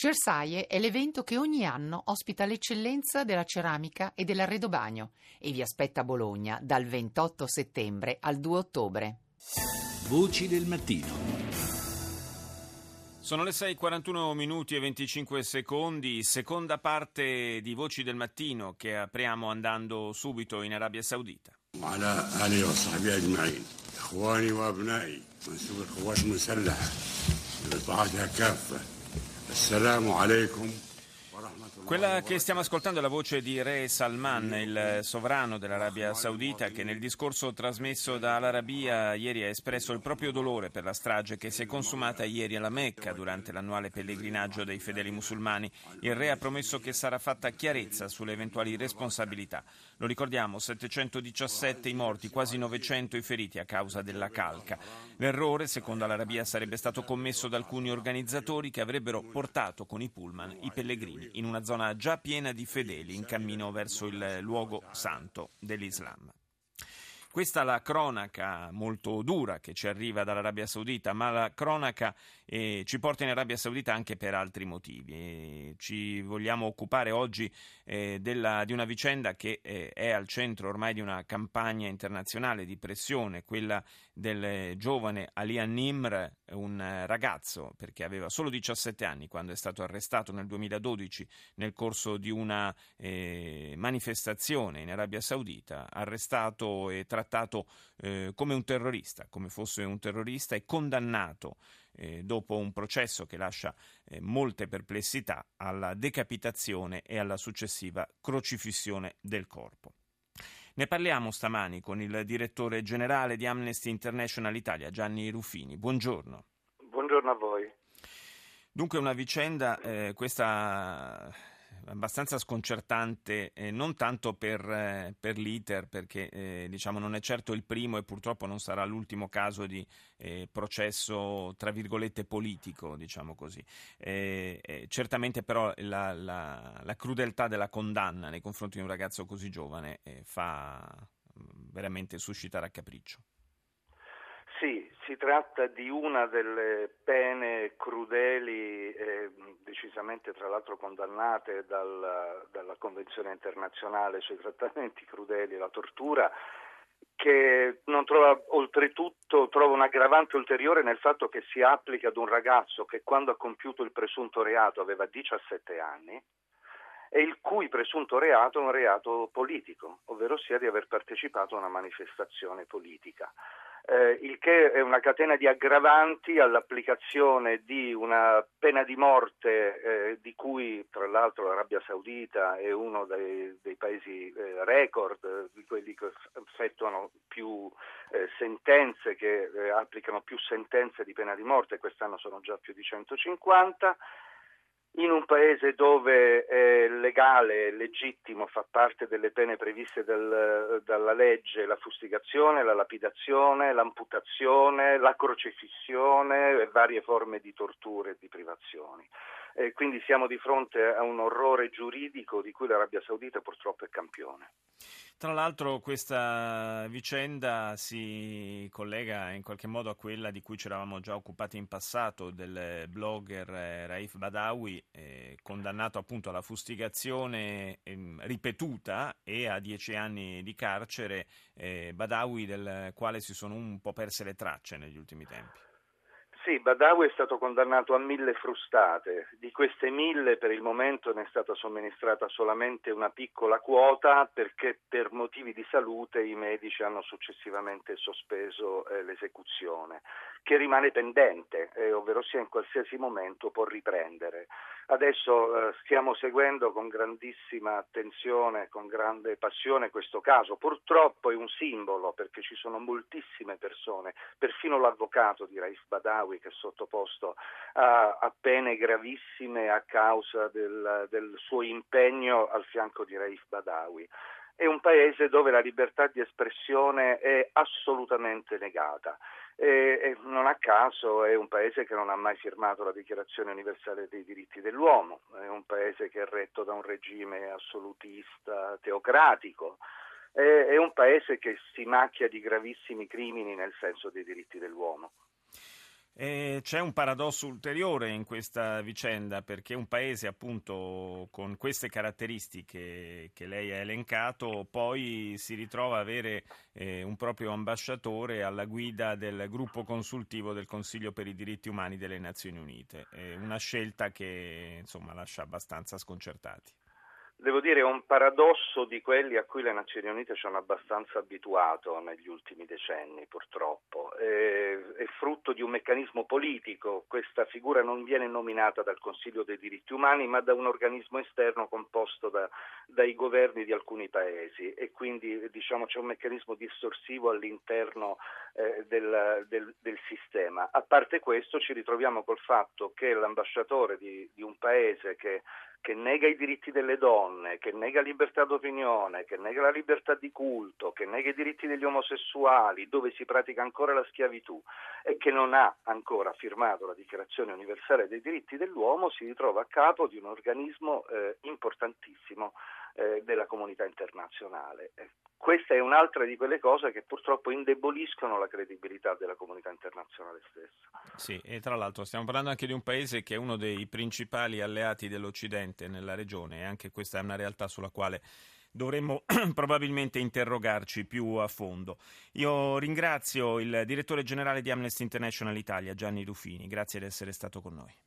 Cersaie è l'evento che ogni anno ospita l'eccellenza della ceramica e dell'arredobagno e vi aspetta a Bologna dal 28 settembre al 2 ottobre. Voci del mattino. Sono le 6:41 minuti e 25 secondi, seconda parte di Voci del Mattino che apriamo andando subito in Arabia Saudita. وعلى آله وصحبه أجمعين إخواني وأبنائي منسوب القوات المسلحة بقطاعاتها كافة السلام عليكم. Quella che stiamo ascoltando è la voce di Re Salman, il sovrano dell'Arabia Saudita, che nel discorso trasmesso da Al Arabiya ieri ha espresso il proprio dolore per la strage che si è consumata ieri alla Mecca durante l'annuale pellegrinaggio dei fedeli musulmani. Il Re ha promesso che sarà fatta chiarezza sulle eventuali responsabilità. Lo ricordiamo, 717 i morti, quasi 900 i feriti a causa della calca. L'errore, secondo Al Arabiya, sarebbe stato commesso da alcuni organizzatori che avrebbero portato con i pullman i pellegrini in una zona già piena di fedeli in cammino verso il luogo santo dell'Islam. Questa è la cronaca molto dura che ci arriva dall'Arabia Saudita, ma la cronaca ci porta in Arabia Saudita anche per altri motivi. Ci vogliamo occupare oggi di una vicenda che è al centro ormai di una campagna internazionale di pressione, quella del giovane Ali An-Nimr, un ragazzo, perché aveva solo 17 anni quando è stato arrestato nel 2012 nel corso di una manifestazione in Arabia Saudita, arrestato e trattato come un terrorista, come fosse un terrorista, e condannato dopo un processo che lascia molte perplessità alla decapitazione e alla successiva crocifissione del corpo. Ne parliamo stamani con il direttore generale di Amnesty International Italia, Gianni Ruffini. Buongiorno. Buongiorno a voi. Dunque una vicenda, questa abbastanza sconcertante, non tanto per l'iter, perché diciamo non è certo il primo e purtroppo non sarà l'ultimo caso di processo tra virgolette politico, diciamo così. Certamente però la crudeltà della condanna nei confronti di un ragazzo così giovane fa veramente suscita raccapriccio. Sì, si tratta di una delle pene crudeli, decisamente tra l'altro condannate dalla Convenzione internazionale sui trattamenti crudeli e la tortura, che non trova un aggravante ulteriore nel fatto che si applica ad un ragazzo che quando ha compiuto il presunto reato aveva 17 anni e il cui presunto reato è un reato politico, ovvero sia di aver partecipato a una manifestazione politica. Il che è una catena di aggravanti all'applicazione di una pena di morte di cui tra l'altro l'Arabia Saudita è uno dei paesi record, di quelli che effettuano più sentenze, che applicano più sentenze di pena di morte. Quest'anno sono già più di 150. In un paese dove è legale e legittimo, fa parte delle pene previste dalla legge, la fustigazione, la lapidazione, l'amputazione, la crocifissione e varie forme di torture e di privazioni. Quindi siamo di fronte a un orrore giuridico di cui l'Arabia Saudita purtroppo è campione. Tra l'altro questa vicenda si collega in qualche modo a quella di cui ci eravamo già occupati in passato, del blogger Raif Badawi, condannato appunto alla fustigazione ripetuta e a 10 anni di carcere, Badawi del quale si sono un po' perse le tracce negli ultimi tempi. Sì, Badawi è stato condannato a 1000 frustate. Di queste 1000 per il momento ne è stata somministrata solamente una piccola quota, perché per motivi di salute i medici hanno successivamente sospeso l'esecuzione, che rimane pendente, ovvero sia in qualsiasi momento può riprendere. Adesso stiamo seguendo con grandissima attenzione, con grande passione questo caso. Purtroppo è un simbolo, perché ci sono moltissime persone, perfino l'avvocato di Raif Badawi, che è sottoposto a pene gravissime a causa del suo impegno al fianco di Raif Badawi. È un paese dove la libertà di espressione è assolutamente negata. E non a caso è un paese che non ha mai firmato la Dichiarazione Universale dei Diritti dell'Uomo, è un paese che è retto da un regime assolutista teocratico, è un paese che si macchia di gravissimi crimini nel senso dei diritti dell'uomo. C'è un paradosso ulteriore in questa vicenda, perché un paese appunto con queste caratteristiche che lei ha elencato poi si ritrova a avere un proprio ambasciatore alla guida del gruppo consultivo del Consiglio per i diritti umani delle Nazioni Unite. È una scelta che insomma lascia abbastanza sconcertati. Devo dire, è un paradosso di quelli a cui le Nazioni Unite ci hanno abbastanza abituato negli ultimi decenni, purtroppo. È frutto di un meccanismo politico. Questa figura non viene nominata dal Consiglio dei diritti umani, ma da un organismo esterno composto dai governi di alcuni paesi, e quindi c'è un meccanismo distorsivo all'interno del sistema. A parte questo, ci ritroviamo col fatto che l'ambasciatore di un paese che nega i diritti delle donne, che nega libertà d'opinione, che nega la libertà di culto, che nega i diritti degli omosessuali, dove si pratica ancora la schiavitù, e che non ha ancora firmato la Dichiarazione universale dei diritti dell'uomo, si ritrova a capo di un organismo importantissimo della comunità internazionale. Questa è un'altra di quelle cose che purtroppo indeboliscono la credibilità della comunità internazionale stessa. Sì, e tra l'altro stiamo parlando anche di un paese che è uno dei principali alleati dell'Occidente nella regione, e anche questa è una realtà sulla quale dovremmo probabilmente interrogarci più a fondo. Io ringrazio il direttore generale di Amnesty International Italia, Gianni Rufini, grazie di essere stato con noi.